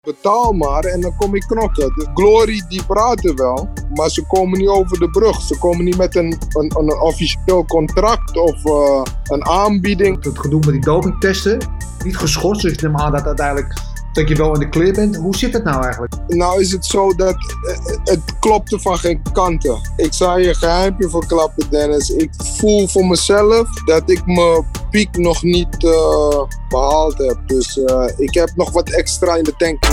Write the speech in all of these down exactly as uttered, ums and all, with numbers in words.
Betaal maar en dan kom ik knokken. De Glory die praten wel, maar ze komen niet over de brug. Ze komen niet met een, een, een officieel contract of uh, een aanbieding. Het gedoe met die dopingtesten, niet geschorst, dus ik neem aan dat uiteindelijk dat je wel in de clear bent. Hoe zit het nou eigenlijk? Nou is het zo dat uh, het klopte van geen kanten. Ik zal je een geheimpje verklappen, Dennis. Ik voel voor mezelf dat ik mijn piek nog niet uh, behaald heb. Dus uh, ik heb nog wat extra in de tank.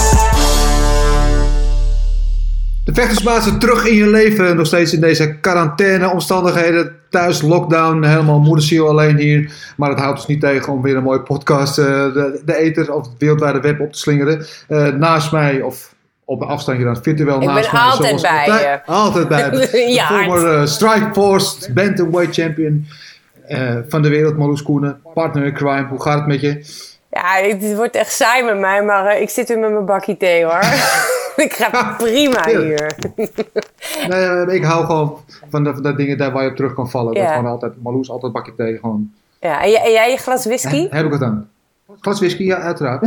De vechtersbaas is terug in je leven, nog steeds in deze quarantaine-omstandigheden. Thuis, lockdown, helemaal moederziel alleen hier. Maar dat houdt ons niet tegen om weer een mooie podcast, uh, de, de ether of het wereldwijde web op te slingeren. Uh, naast mij, of op een afstandje dan virtueel ik naast mij. Ik ben altijd bij altijd, je. Altijd bij me. Ja, former uh, Strikeforce, bantamweight champion uh, van de wereld, Marloes Koenen. Partner in crime, hoe gaat het met je? Ja, het wordt echt saai met mij, maar uh, ik zit weer met mijn bakkie thee hoor. Ik ga prima hier. Nee, ik hou gewoon van de, van de dingen daar waar je op terug kan vallen. Ja. Dat gewoon altijd, Marloes, altijd bakje thee. Gewoon. Ja, en jij, en jij je glas whisky? He, heb ik het dan? Glas whisky, ja, uiteraard.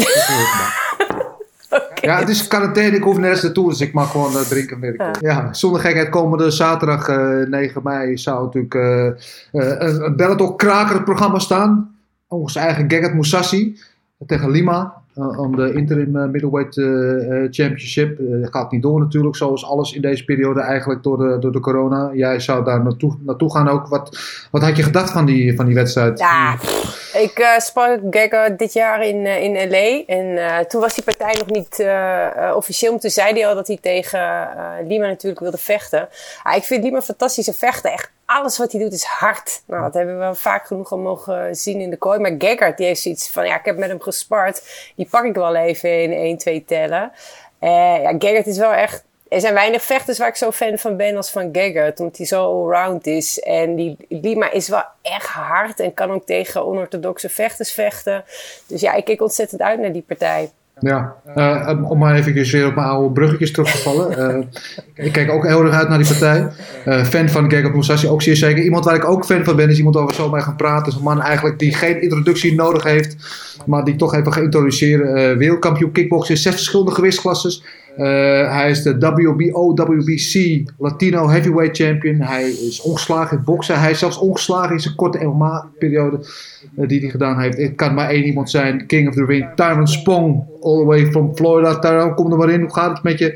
Okay. Ja, het is quarantaine, ik hoef nergens naartoe, dus ik mag gewoon uh, drinken. Weet ik. Ja. ja, zonder gekheid komende zaterdag uh, negen mei zou natuurlijk uh, uh, een Bellator kraker het programma staan. Onze eigen Gegard Mousasi tegen Lima. Uh, om de interim uh, middleweight uh, championship. Dat uh, gaat niet door natuurlijk, zoals alles in deze periode eigenlijk door de, door de corona. Jij zou daar naartoe, naartoe gaan ook. Wat, wat had je gedacht van die, van die wedstrijd? Ja, ik uh, sprak Gegard dit jaar in, uh, in L A. En uh, toen was die partij nog niet uh, uh, officieel. Maar toen zei hij al dat hij tegen uh, Lima natuurlijk wilde vechten. Uh, ik vind Lima een fantastische vechter. Echt alles wat hij doet is hard. Nou, dat hebben we wel vaak genoeg al mogen zien in de kooi. Maar Gegard, die heeft zoiets van, ja, ik heb met hem gespart. Die pak ik wel even in één, twee tellen. Uh, ja, Gegard is wel echt... Er zijn weinig vechters waar ik zo fan van ben als van Gegard. Omdat hij zo allround is. En die Lima is wel echt hard. En kan ook tegen onorthodoxe vechters vechten. Dus ja, ik keek ontzettend uit naar die partij. Ja, uh, om maar even weer op mijn oude bruggetjes terug te vallen. Uh, ik kijk ook heel erg uit naar die partij. Uh, fan van Gegard Mousasi, ook zeer zeker. Iemand waar ik ook fan van ben, is iemand waar we zo mee gaan praten. Is een man eigenlijk die geen introductie nodig heeft, maar die toch even gaan introduceren. Uh, wereldkampioen kickboksen in zes verschillende gewichtsklasses. Uh, hij is de W B O, W B C Latino Heavyweight Champion. Hij is ongeslagen in boksen. Hij is zelfs ongeslagen in zijn korte M M A-periode uh, die hij gedaan heeft. Het kan maar één iemand zijn. King of the Ring, Tyrone Spong, all the way from Florida. Tyrone, kom er maar in. Hoe gaat het met je?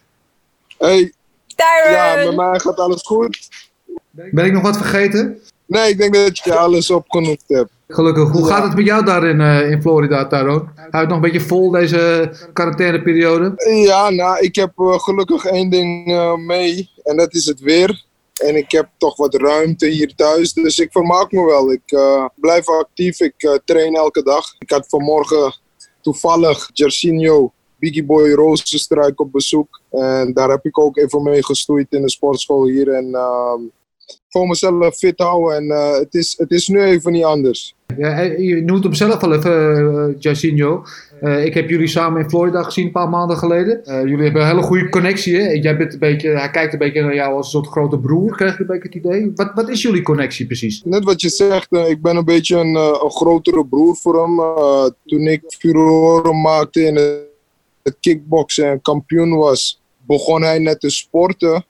Hey. Tyrone! Ja, met mij gaat alles goed. Ben ik nog wat vergeten? Nee, ik denk dat je alles opgenoemd hebt. Gelukkig. Hoe gaat het met jou daar in, uh, in Florida, Tyrone? Hou je het nog een beetje vol, deze quarantaineperiode? Ja, nou, ik heb uh, gelukkig één ding uh, mee. En dat is het weer. En ik heb toch wat ruimte hier thuis. Dus ik vermaak me wel. Ik uh, blijf actief. Ik uh, train elke dag. Ik had vanmorgen toevallig Jairzinho, Biggie Boy Rozenstruik op bezoek. En daar heb ik ook even mee gestoeid in de sportschool hier. En uh, voor mezelf fit houden. En uh, het, is, het is nu even niet anders. Ja, je noemt hem zelf al even, uh, Jairzinho. Uh, ik heb jullie samen in Florida gezien een paar maanden geleden. Uh, jullie hebben een hele goede connectie. Hè? Jij bent een beetje, hij kijkt een beetje naar jou als een soort grote broer, krijg je een beetje het idee. Wat, wat is jullie connectie precies? Net wat je zegt, uh, ik ben een beetje een, uh, een grotere broer voor hem. Uh, toen ik furoren maakte in het, het kickboksen en kampioen was, begon hij net te sporten.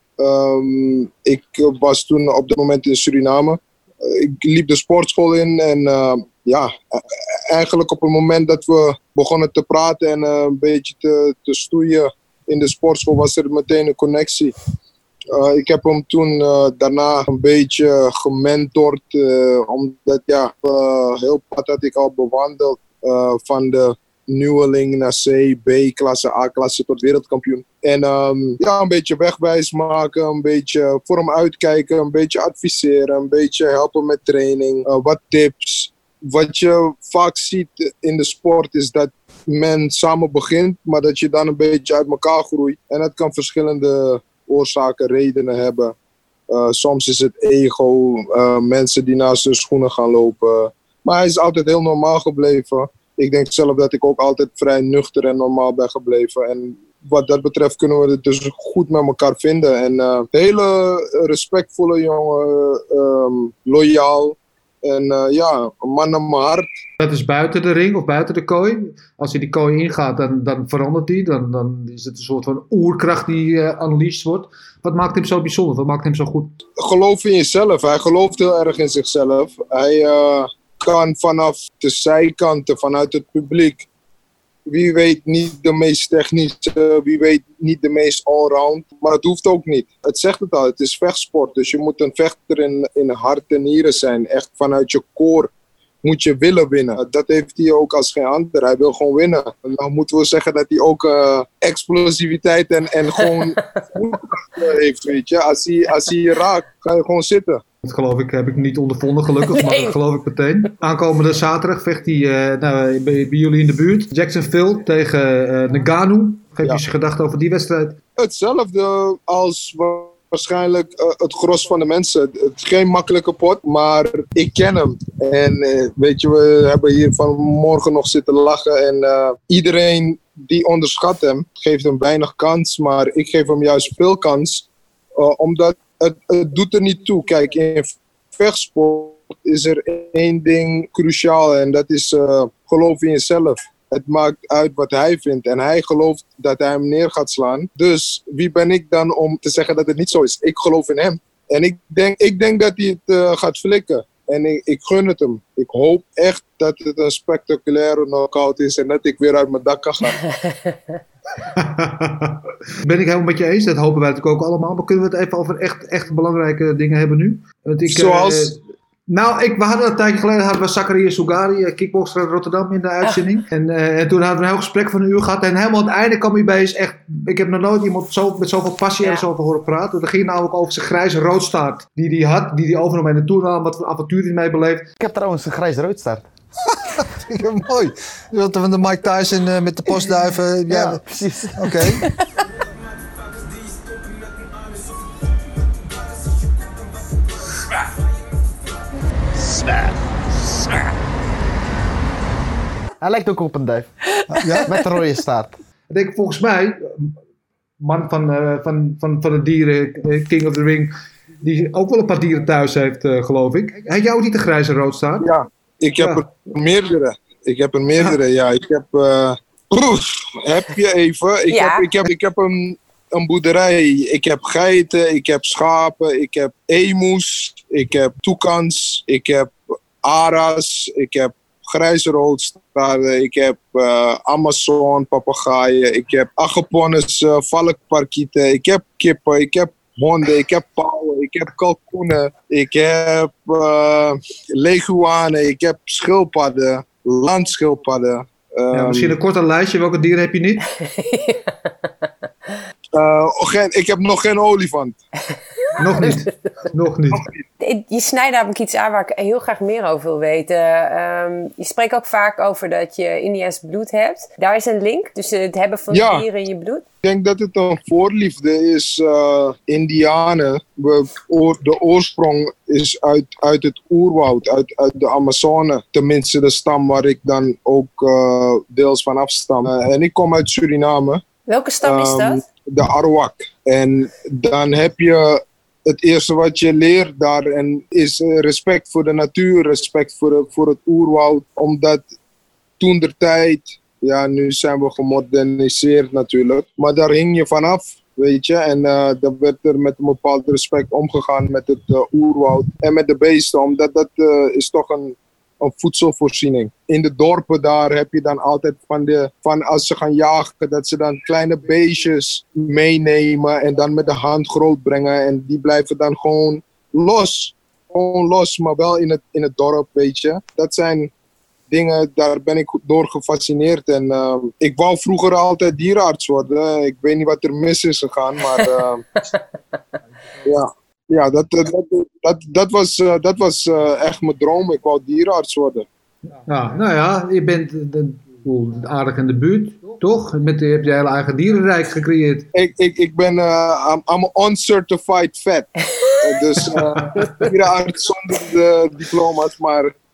Um, ik was toen op dat moment in Suriname. Uh, ik liep de sportschool in en uh, ja, eigenlijk op het moment dat we begonnen te praten en uh, een beetje te, te stoeien in de sportschool was er meteen een connectie. Uh, ik heb hem toen uh, daarna een beetje gementord, uh, omdat ja, uh, heel pad had ik al bewandeld uh, van de nieuweling naar C, B-klasse, A-klasse tot wereldkampioen. En um, ja, een beetje wegwijs maken, een beetje voor hem uitkijken, een beetje adviseren, een beetje helpen met training, uh, wat tips. Wat je vaak ziet in de sport is dat men samen begint, maar dat je dan een beetje uit elkaar groeit. En dat kan verschillende oorzaken, redenen hebben. Uh, soms is het ego, uh, mensen die naast hun schoenen gaan lopen. Maar hij is altijd heel normaal gebleven. Ik denk zelf dat ik ook altijd vrij nuchter en normaal ben gebleven. En wat dat betreft kunnen we het dus goed met elkaar vinden. En uh, hele respectvolle jongen, um, loyaal. En uh, ja, een man naar mijn hart. Dat is buiten de ring of buiten de kooi. Als hij die kooi ingaat, dan, dan verandert hij. Dan, dan is het een soort van oerkracht die uh, unleashed wordt. Wat maakt hem zo bijzonder? Wat maakt hem zo goed? Geloof in jezelf. Hij gelooft heel erg in zichzelf. Hij uh, kan vanaf de zijkanten, vanuit het publiek. Wie weet niet de meest technische, wie weet niet de meest allround. Maar het hoeft ook niet. Het zegt het al, het is vechtsport. Dus je moet een vechter in, in hart en nieren zijn. Echt vanuit je core moet je willen winnen. Dat heeft hij ook als geen ander. Hij wil gewoon winnen. Dan moeten we zeggen dat hij ook uh, explosiviteit en, en gewoon heeft, weet je. Als hij, als hij je raakt, ga je gewoon zitten. Dat geloof ik, heb ik niet ondervonden gelukkig, nee. Maar dat geloof ik meteen. Aankomende zaterdag vecht hij uh, nou, bij, bij jullie in de buurt. Jacksonville tegen uh, Ngannou. Geef je ja. je gedachten over die wedstrijd? Hetzelfde als waarschijnlijk uh, het gros van de mensen. Het is geen makkelijke pot, maar ik ken hem. En uh, weet je, we hebben hier vanmorgen nog zitten lachen. En uh, iedereen die onderschat hem, geeft hem weinig kans. Maar ik geef hem juist veel kans. Uh, omdat Het, het doet er niet toe. Kijk, in vechtsport is er één ding cruciaal en dat is uh, geloof in jezelf. Het maakt uit wat hij vindt en hij gelooft dat hij hem neer gaat slaan. Dus wie ben ik dan om te zeggen dat het niet zo is? Ik geloof in hem. En ik denk, ik denk dat hij het uh, gaat flikken. En ik, ik gun het hem. Ik hoop echt dat het een spectaculaire knockout is en dat ik weer uit mijn dak kan gaan. Ben ik helemaal met je eens. Dat hopen wij natuurlijk ook allemaal. Maar kunnen we het even over echt, echt belangrijke dingen hebben nu? Want ik, Zoals? Uh, nou, ik, we hadden een tijdje geleden hadden we Zakaria Sougari, kickboxer uit Rotterdam, in de uitzending. Ah. En, uh, en toen hadden we een heel gesprek van een uur gehad. En helemaal aan het einde kwam hij bij. Is echt, ik heb nog nooit iemand zo, met zoveel passie ja. en zoveel horen praten. Dat ging namelijk over zijn grijze roodstaart. Die hij had, die hij overnam in de toernam. Wat voor avontuur hij mee beleefd. Ik heb trouwens een grijze roodstaart. Dat vind ik mooi. Je wilt van de Mike Tyson uh, met de postduiven. Ja, ja precies. Oké. Okay. Hij lijkt ook op een duif. Ja? Met een rode staart. Ik denk volgens mij, man van, uh, van, van, van de dieren, King of the Ring, die ook wel een paar dieren thuis heeft, uh, geloof ik. Had jij ook niet de grijze roodstaart? Ja. Ik heb ja. er meerdere. Ik heb er meerdere, ja. ja. Ik heb... Uh, proef, heb je even. Ik, ja. heb, ik, heb, ik heb een, een boerderij. Ik heb geiten, ik heb schapen, ik heb emus, ik heb toekans, ik heb aras, ik heb grijze roodstaarten, ik heb uh, Amazon, papegaaien, ik heb agaponnes, uh, valkparkieten, ik heb kippen, ik heb honden, ik heb pauwen, ik heb kalkoenen, ik heb uh, leguanen, ik heb schildpadden, landschildpadden. Um, ja, misschien een korte lijstje, welke dieren heb je niet? uh, geen, ik heb nog geen olifant. Nog niet. Nog niet. Je snijdt namelijk iets aan waar ik heel graag meer over wil weten. Um, je spreekt ook vaak over dat je Indiaans bloed hebt. Daar is een link, dus het hebben van ja. dieren in je bloed. Ik denk dat het een voorliefde is. Uh, Indianen, we, oor, de oorsprong is uit, uit het oerwoud, uit, uit de Amazone. Tenminste de stam waar ik dan ook uh, deels van afstam. Uh, en ik kom uit Suriname. Welke stam is dat? Um, de Arawak. En dan heb je... Het eerste wat je leert daar en is respect voor de natuur, respect voor, de, voor het oerwoud. Omdat toen der tijd, ja nu zijn we gemoderniseerd natuurlijk, maar daar hing je vanaf, weet je. En uh, daar werd er met een bepaald respect omgegaan met het uh, oerwoud en met de beesten. Omdat dat uh, is toch een, een voedselvoorziening. In de dorpen daar heb je dan altijd van, de, van als ze gaan jagen, dat ze dan kleine beestjes meenemen en dan met de hand grootbrengen. En die blijven dan gewoon los. Gewoon los, maar wel in het, in het dorp, weet je. Dat zijn dingen, daar ben ik door gefascineerd. En uh, ik wou vroeger altijd dierenarts worden. Ik weet niet wat er mis is gegaan, maar uh, ja. Ja, dat, dat, dat, dat was, uh, dat was uh, echt mijn droom. Ik wou dierenarts worden. Ja, nou ja, je bent de, de, aardig in de buurt, toch? Met, je hebt je hele eigen dierenrijk gecreëerd. Ik, ik, ik ben uh, I'm, I'm an uncertified vet. uh, dus uh, dierenarts zonder de diploma's, maar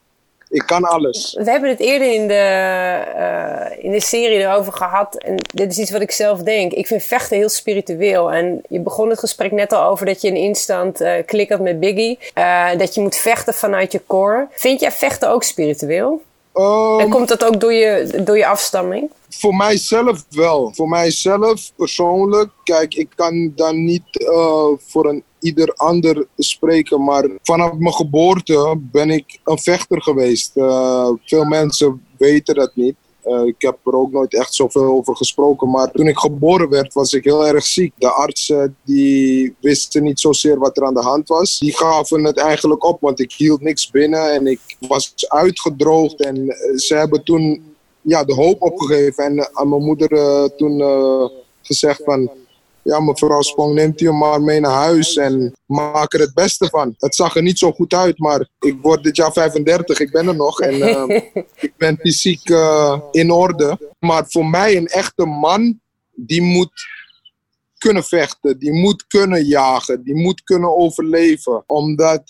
Ik kan alles. We hebben het eerder in de, uh, in de serie erover gehad. En dit is iets wat ik zelf denk. Ik vind vechten heel spiritueel. En je begon het gesprek net al over dat je een instant uh, klik had met Biggie. Uh, dat je moet vechten vanuit je core. Vind jij vechten ook spiritueel? Um, en komt dat ook door je, door je afstamming? Voor mijzelf wel. Voor mijzelf persoonlijk. Kijk, ik kan dan niet uh, voor een ieder ander spreken. Maar vanaf mijn geboorte ben ik een vechter geweest. Uh, veel mensen weten dat niet. Uh, ik heb er ook nooit echt zoveel over gesproken. Maar toen ik geboren werd, was ik heel erg ziek. De artsen die wisten niet zozeer wat er aan de hand was. Die gaven het eigenlijk op, want ik hield niks binnen. En ik was uitgedroogd. En uh, ze hebben toen ja, de hoop opgegeven. En uh, aan mijn moeder uh, toen uh, gezegd van... Ja, mevrouw Spong, neemt u hem maar mee naar huis en maak er het beste van. Het zag er niet zo goed uit, maar ik word dit jaar vijfendertig, ik ben er nog. En uh, ik ben fysiek uh, in orde. Maar voor mij een echte man, die moet kunnen vechten. Die moet kunnen jagen. Die moet kunnen overleven. Omdat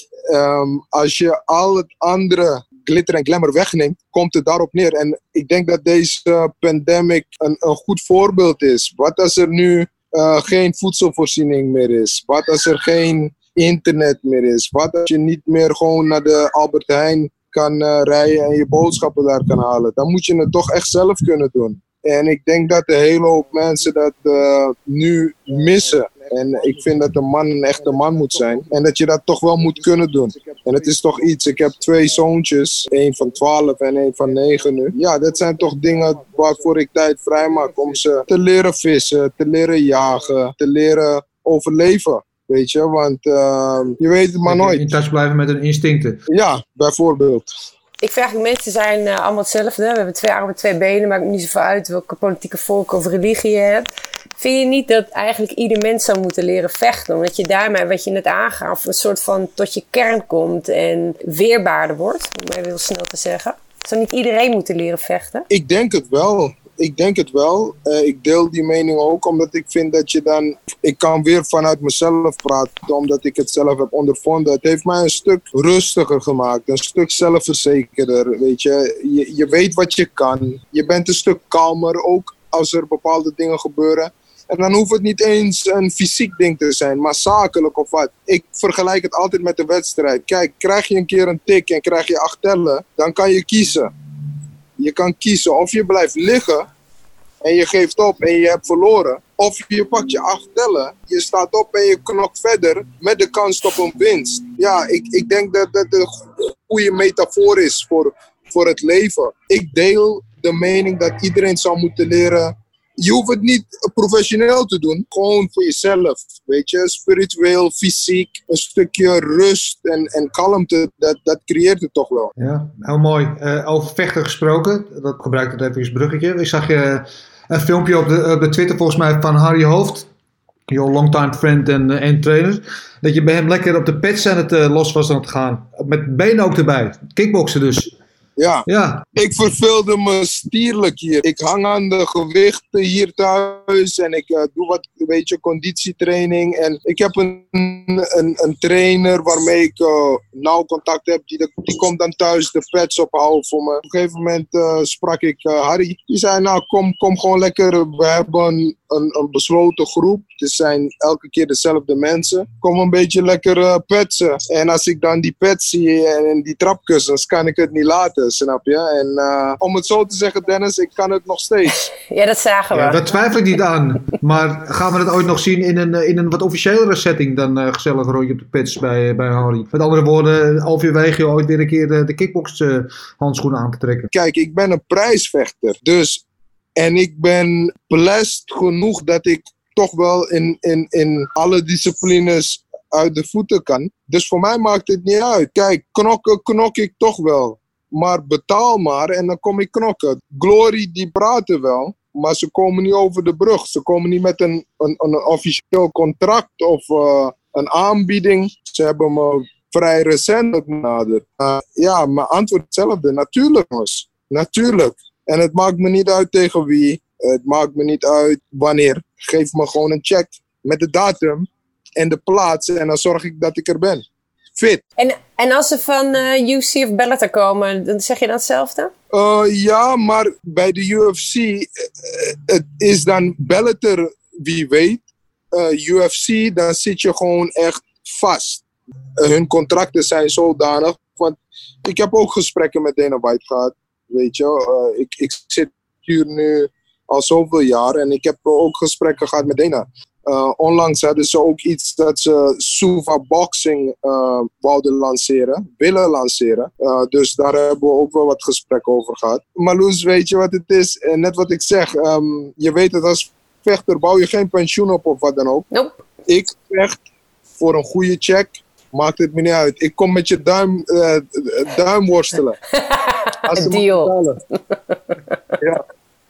um, als je al het andere glitter en glamour wegneemt, komt het daarop neer. En ik denk dat deze uh, pandemic een, een goed voorbeeld is. Wat als er nu Uh, geen voedselvoorziening meer is? Wat als er geen internet meer is? Wat als je niet meer gewoon naar de Albert Heijn kan uh, rijden en je boodschappen daar kan halen? Dan moet je het toch echt zelf kunnen doen. En ik denk dat een hele hoop mensen dat uh, nu missen. En ik vind dat een man een echte man moet zijn. En dat je dat toch wel moet kunnen doen. En het is toch iets. Ik heb twee zoontjes. één van twaalf en één van negen nu. Ja, dat zijn toch dingen waarvoor ik tijd vrij maak. Om ze te leren vissen, te leren jagen, te leren overleven. Weet je, want uh, je weet het maar nooit. In touch blijven met hun instincten. Ja, bijvoorbeeld. Ik vind eigenlijk, mensen zijn uh, allemaal hetzelfde. We hebben twee armen, twee benen. Maakt me niet zoveel uit welke politieke volk of religie je hebt. Vind je niet dat eigenlijk ieder mens zou moeten leren vechten? Omdat je daarmee, wat je net aangaf, een soort van tot je kern komt en weerbaarder wordt. Om even heel snel te zeggen. Zou niet iedereen moeten leren vechten? Ik denk het wel. Ik denk het wel. Uh, ik deel die mening ook, omdat ik vind dat je dan... Ik kan weer vanuit mezelf praten, omdat ik het zelf heb ondervonden. Het heeft mij een stuk rustiger gemaakt, een stuk zelfverzekerder, weet je. Je, je weet wat je kan. Je bent een stuk kalmer, ook als er bepaalde dingen gebeuren. En dan hoeft het niet eens een fysiek ding te zijn, maar zakelijk of wat. Ik vergelijk het altijd met de wedstrijd. Kijk, krijg je een keer een tik en krijg je acht tellen, dan kan je kiezen. Je kan kiezen of je blijft liggen en je geeft op en je hebt verloren. Of je pakt je acht tellen, je staat op en je knokt verder met de kans op een winst. Ja, ik, ik denk dat dat een goede metafoor is voor, voor het leven. Ik deel de mening dat iedereen zou moeten leren. Je hoeft het niet professioneel te doen, gewoon voor jezelf, weet je, spiritueel, fysiek, een stukje rust en, en kalmte, dat, dat creëert het toch wel. Ja, heel mooi. Uh, over vechten gesproken, dat gebruik ik even als bruggetje. Ik zag je een filmpje op de, op de Twitter volgens mij van Harry Hoofd, your longtime friend en, uh, en trainer, dat je bij hem lekker op de pads aan het uh, los was aan het gaan, met benen ook erbij, kickboksen dus. Ja. ja, ik verveelde me stierlijk hier. Ik hang aan de gewichten hier thuis en ik uh, doe wat, een beetje conditietraining. En ik heb een, een, een trainer waarmee ik uh, nauw contact heb. Die, die komt dan thuis de pads ophouden voor me. Op een gegeven moment uh, sprak ik uh, Harry. Die zei, nou kom, kom gewoon lekker. We hebben een, een, een besloten groep. Het zijn elke keer dezelfde mensen. Kom een beetje lekker uh, petsen. En als ik dan die pads zie en, en die trapkussens, kan ik het niet laten. Snap je? En uh, om het zo te zeggen, Dennis, ik kan het nog steeds. Ja, dat zagen we. Ja, dat twijfel ik niet aan. Maar gaan we het ooit nog zien in een, in een wat officiëlere setting dan uh, gezellig rondje op de pitch bij, bij Harry? Met andere woorden, overweeg je ooit weer een keer de, de kickbox uh, handschoenen aan te trekken? Kijk, ik ben een prijsvechter. Dus, en ik ben blessed genoeg dat ik toch wel in, in, in alle disciplines uit de voeten kan. Dus voor mij maakt het niet uit. Kijk, knokken knok ik toch wel. Maar betaal maar en dan kom ik knokken. Glory die praten wel, maar ze komen niet over de brug. Ze komen niet met een, een, een officieel contract of uh, een aanbieding. Ze hebben me vrij recent benaderd. Uh, ja, mijn antwoord hetzelfde. Natuurlijk, mos. Natuurlijk. En het maakt me niet uit tegen wie. Het maakt me niet uit wanneer. Geef me gewoon een check met de datum en de plaats en dan zorg ik dat ik er ben. fit. En, en als ze van uh, U F C of Bellator komen, dan zeg je dan hetzelfde? Uh, ja, maar bij de U F C, uh, het is dan Bellator, wie weet. Uh, U F C, dan zit je gewoon echt vast. Uh, hun contracten zijn zodanig. Want ik heb ook gesprekken met Dana White gehad, weet je. Uh, ik, ik zit hier nu al zoveel jaar en ik heb ook gesprekken gehad met Dana. Uh, onlangs hadden ze ook iets dat ze Suva Boxing uh, wouden lanceren, willen lanceren. Uh, dus daar hebben we ook wel wat gesprekken over gehad. Maar Loes, weet je wat het is? En net wat ik zeg, um, je weet het, als vechter bouw je geen pensioen op of wat dan ook. Nope. Ik vecht voor een goede check, maakt het me niet uit. Ik kom met je duim, uh, duim worstelen. Als deal. Ja.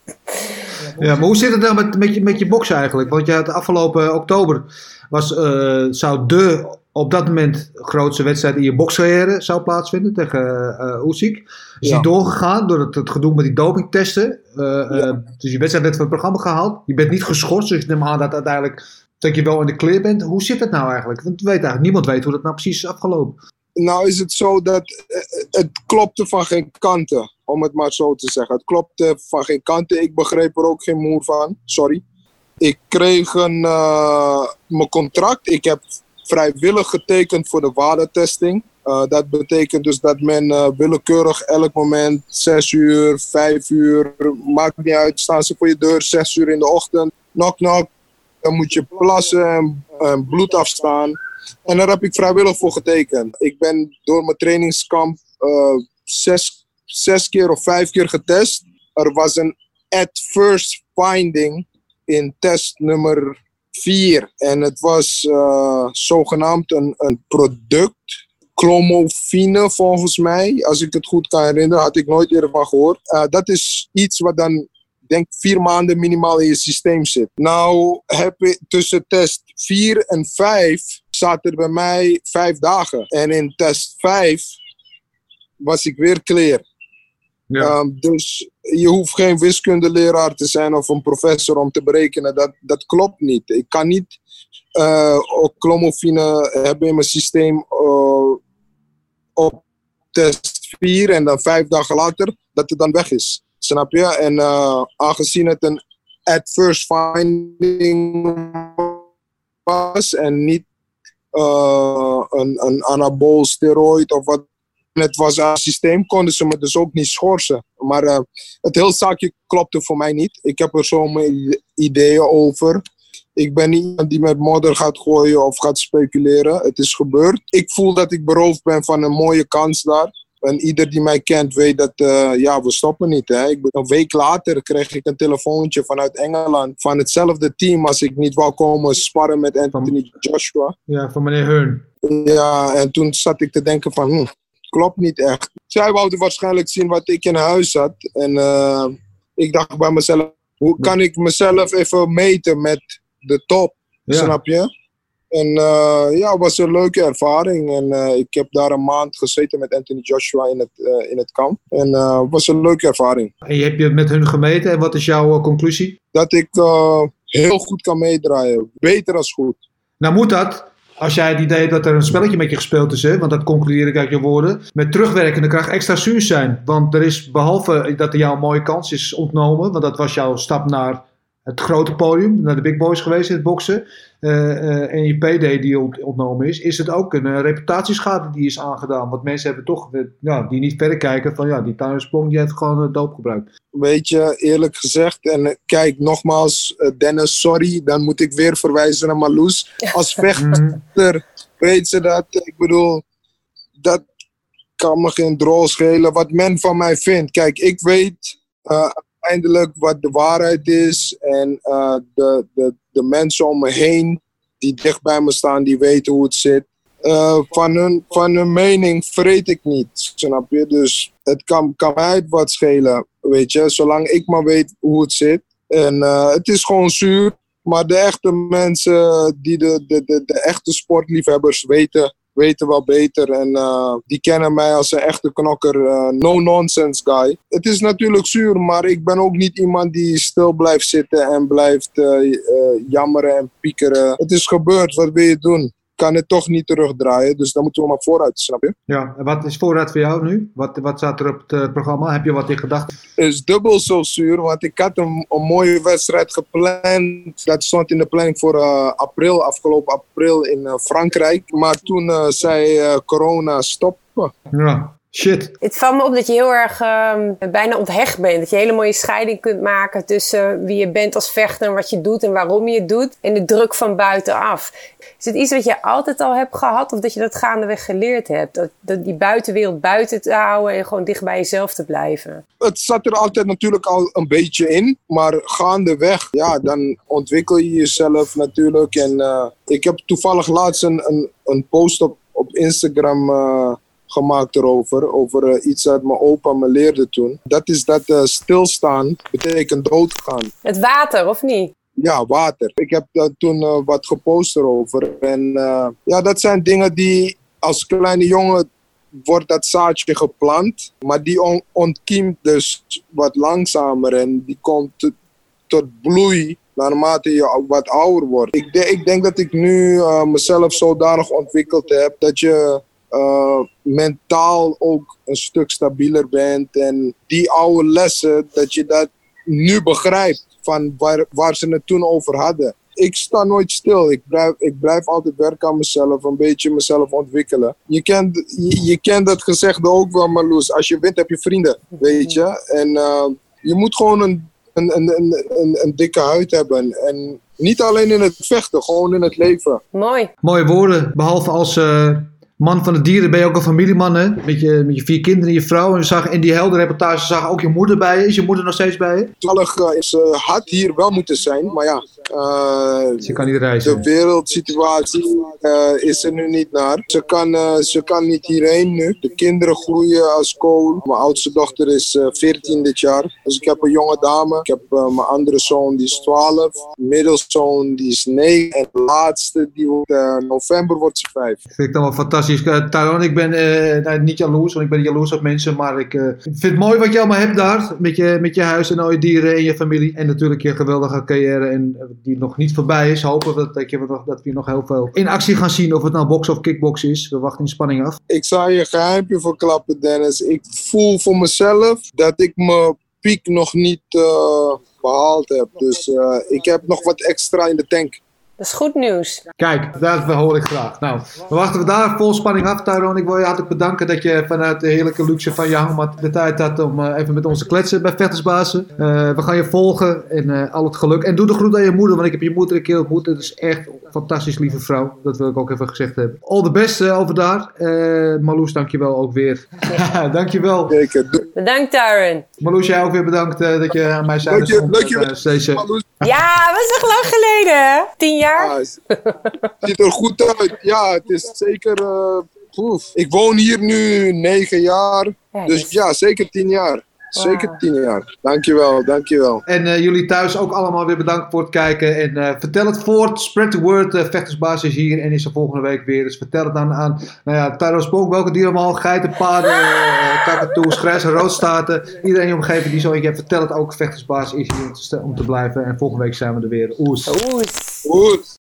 Ja, maar hoe zit het dan met, met, je, met je boksen eigenlijk? Want je had afgelopen oktober was, uh, zou de op dat moment grootste wedstrijd in je bokscarrière zou plaatsvinden tegen uh, Usyk. Is ja. die doorgegaan door het, het gedoe met die dopingtesten. Uh, ja. uh, dus je wedstrijd werd van het programma gehaald. Je bent niet geschorst, dus ik neem aan dat uiteindelijk dat je wel in de clear bent. Hoe zit het nou eigenlijk? Want weet eigenlijk, niemand weet hoe dat nou precies is afgelopen. Nou is het zo dat uh, het klopte van geen kanten. Om het maar zo te zeggen. Het klopte van geen kanten. Ik begreep er ook geen moer van. Sorry. Ik kreeg een, uh, mijn contract. Ik heb vrijwillig getekend voor de waardetesting. Uh, dat betekent dus dat men uh, willekeurig elk moment, zes uur, vijf uur, maakt niet uit, staan ze voor je deur, zes uur in de ochtend. Knock knock. Dan moet je plassen en, en bloed afstaan. En daar heb ik vrijwillig voor getekend. Ik ben door mijn trainingskamp uh, zes zes keer of vijf keer getest. Er was een adverse finding in test nummer vier. En het was uh, zogenaamd een, een product. Clomofine volgens mij. Als ik het goed kan herinneren, had ik nooit eerder van gehoord. Uh, dat is iets wat dan, denk vier maanden minimaal in je systeem zit. Nou heb ik tussen test vier en vijf zat er bij mij vijf dagen. En in test vijf was ik weer clear. Ja. Um, dus je hoeft geen wiskundeleraar te zijn of een professor om te berekenen. Dat, dat klopt niet. Ik kan niet uh, clomofine hebben in mijn systeem uh, op test vier en dan vijf dagen later dat het dan weg is. Snap je? En uh, aangezien het een adverse finding was en niet uh, een, een anabool steroid of wat. Het was een systeem, konden ze me dus ook niet schorsen. Maar uh, het hele zaakje klopte voor mij niet. Ik heb er zo mijn ideeën over. Ik ben niet iemand die met modder gaat gooien of gaat speculeren. Het is gebeurd. Ik voel dat ik beroofd ben van een mooie kans daar. En ieder die mij kent weet dat, uh, ja, we stoppen niet. Hè. Ik, een week later kreeg ik een telefoontje vanuit Engeland. Van hetzelfde team als ik niet wou komen sparren met Anthony Joshua. Ja, van meneer Hearn. Ja, en toen zat ik te denken van... Hm, klopt niet echt. Zij wouden waarschijnlijk zien wat ik in huis had. En uh, ik dacht bij mezelf, hoe kan ik mezelf even meten met de top? Ja. Snap je? En uh, ja, het was een leuke ervaring. En uh, ik heb daar een maand gezeten met Anthony Joshua in het, uh, in het kamp. En uh, het was een leuke ervaring. En je hebt je met hun gemeten. En wat is jouw uh, conclusie? Dat ik uh, heel goed kan meedraaien. Beter als goed. Nou moet dat... Als jij het idee hebt dat er een spelletje met je gespeeld is, hè, want dat concludeer ik uit je woorden, met terugwerkende kracht extra zuur zijn. Want er is, behalve dat er jou een mooie kans is ontnomen, want dat was jouw stap naar het grote podium, naar de big boys geweest in het boksen, uh, uh, en je P D die ontnomen is, is het ook een uh, reputatieschade die is aangedaan. Want mensen hebben toch, uh, ja, die niet verder kijken van, ja, die Tyrone Spong die heeft gewoon uh, doop gebruikt. Weet je, eerlijk gezegd, en uh, kijk, nogmaals, uh, Dennis, sorry, dan moet ik weer verwijzen naar Marloes. Als vechter weet ze dat, ik bedoel, dat kan me geen drol schelen wat men van mij vindt. Kijk, ik weet... Uh, Eindelijk wat de waarheid is en uh, de, de, de mensen om me heen die dicht bij me staan, die weten hoe het zit. Uh, van, hun, van hun mening vreet ik niet, snap je? Dus het kan, kan mij wat schelen, weet je, zolang ik maar weet hoe het zit. En uh, het is gewoon zuur, maar de echte mensen, die de, de, de, de echte sportliefhebbers weten, weten wel beter. En uh, die kennen mij als een echte knokker, uh, no-nonsense guy. Het is natuurlijk zuur, maar ik ben ook niet iemand die stil blijft zitten en blijft uh, uh, jammeren en piekeren. Het is gebeurd, wat wil je doen? kan het toch niet terugdraaien. Dus dan moeten we maar vooruit, snap je? Ja, en wat is vooruit voor jou nu? Wat, wat staat er op het uh, programma? Heb je wat in gedachten? Het is dubbel zo zuur, want ik had een, een mooie wedstrijd gepland. Dat stond in de planning voor uh, april, afgelopen april in uh, Frankrijk. Maar toen uh, zei uh, corona stoppen. Ja. Shit. Het valt me op dat je heel erg uh, bijna onthecht bent. Dat je een hele mooie scheiding kunt maken tussen wie je bent als vechter en wat je doet en waarom je het doet. En de druk van buitenaf. Is het iets wat je altijd al hebt gehad of dat je dat gaandeweg geleerd hebt? Dat, dat die buitenwereld buiten te houden en gewoon dicht bij jezelf te blijven? Het zat er altijd natuurlijk al een beetje in. Maar gaandeweg, ja, dan ontwikkel je jezelf natuurlijk. En uh, ik heb toevallig laatst een, een, een post op, op Instagram uh, gemaakt erover. Over uh, iets dat mijn opa me leerde toen. Dat is dat uh, stilstaan betekent doodgaan. Het water, of niet? Ja, water. Ik heb uh, toen uh, wat gepost erover. En uh, ja, dat zijn dingen die als kleine jongen wordt dat zaadje geplant. Maar die on- ontkiemt dus wat langzamer. En die komt t- tot bloei naarmate je wat ouder wordt. Ik, de- ik denk dat ik nu uh, mezelf zodanig ontwikkeld heb dat je uh, mentaal ook een stuk stabieler bent. En die oude lessen, dat je dat nu begrijpt van waar, waar ze het toen over hadden. Ik sta nooit stil. Ik blijf, ik blijf altijd werken aan mezelf, een beetje mezelf ontwikkelen. Je kent, je, je kent dat gezegde ook wel, Marloes. Als je wint heb je vrienden, weet je. En uh, je moet gewoon een, een, een, een, een, een dikke huid hebben. En niet alleen in het vechten, gewoon in het leven. Mooi. Mooie woorden. Behalve als uh, man van de dieren ben je ook een familieman, hè? Met je, met je vier kinderen en je vrouw. En we zagen in die heldenreportage zag ook je moeder bij je. Is je moeder nog steeds bij je? Toevallig uh, is uh, had hier wel moeten zijn, maar ja. Uh, Ze kan niet reizen. De wereldsituatie uh, is er nu niet naar. Ze kan, uh, ze kan niet hierheen nu. De kinderen groeien als kool. Mijn oudste dochter is uh, veertien dit jaar. Dus ik heb een jonge dame. Ik heb uh, mijn andere zoon die is twaalf. Middelzoon die is negen. En de laatste die wordt uh, november wordt ze vijf. Vind ik dan wel fantastisch. Uh, Tyrone, ik ben uh, nou, niet jaloers, want ik ben jaloers op mensen. Maar ik uh, vind het mooi wat je allemaal hebt daar. Met je, met je huis en al je dieren en je familie. En natuurlijk je geweldige carrière en uh, die nog niet voorbij is. Hopen we dat, je, dat we nog heel veel in actie gaan zien. Of het nou boksen of kickboksen is. We wachten in spanning af. Ik zal je een geheimpje verklappen, Dennis. Ik voel voor mezelf dat ik mijn piek nog niet uh, behaald heb. Dus uh, ik heb nog wat extra in de tank. Dat is goed nieuws. Kijk, dat hoor ik graag. Nou, we wachten we daar vol spanning af, Tyrone. Ik wil je hartelijk bedanken dat je vanuit de heerlijke luxe van je hangmat de tijd had om uh, even met ons te kletsen bij Vechtersbazen. Uh, we gaan je volgen en uh, al het geluk. En doe de groet aan je moeder, want ik heb je moeder een keer ontmoet. Het is echt een fantastisch lieve vrouw. Dat wil ik ook even gezegd hebben. All the best uh, over daar. Uh, Marloes, dankjewel ook weer. Ja. dankjewel. Zeker. Bedankt, Darren. Marloes, jij ook weer bedankt uh, dat je aan mij zei. Dank je, dank je wel. Deze... Ja, dat was toch lang geleden, hè? Tien jaar? Ja, het ziet er goed uit. Ja, het is zeker... Uh, oef. Ik woon hier nu negen jaar. Ja, dus, dus ja, zeker tien jaar. Zeker wow. tien jaar. Dankjewel, dankjewel. En uh, jullie thuis ook allemaal weer bedankt voor het kijken. En uh, vertel het voort. Spread the word. Uh, Vechtersbasis is hier en is er volgende week weer. Dus vertel het dan aan, nou ja, Tyrone Spook. Welke dieren allemaal? Geiten, paarden, uh, kakatoes, grijs en roodstaarten. Iedereen in je omgeving die zo in je hebt. Vertel het ook. Vechtersbasis is hier om te, om te blijven. En volgende week zijn we er weer. Oes. Oes. Oes.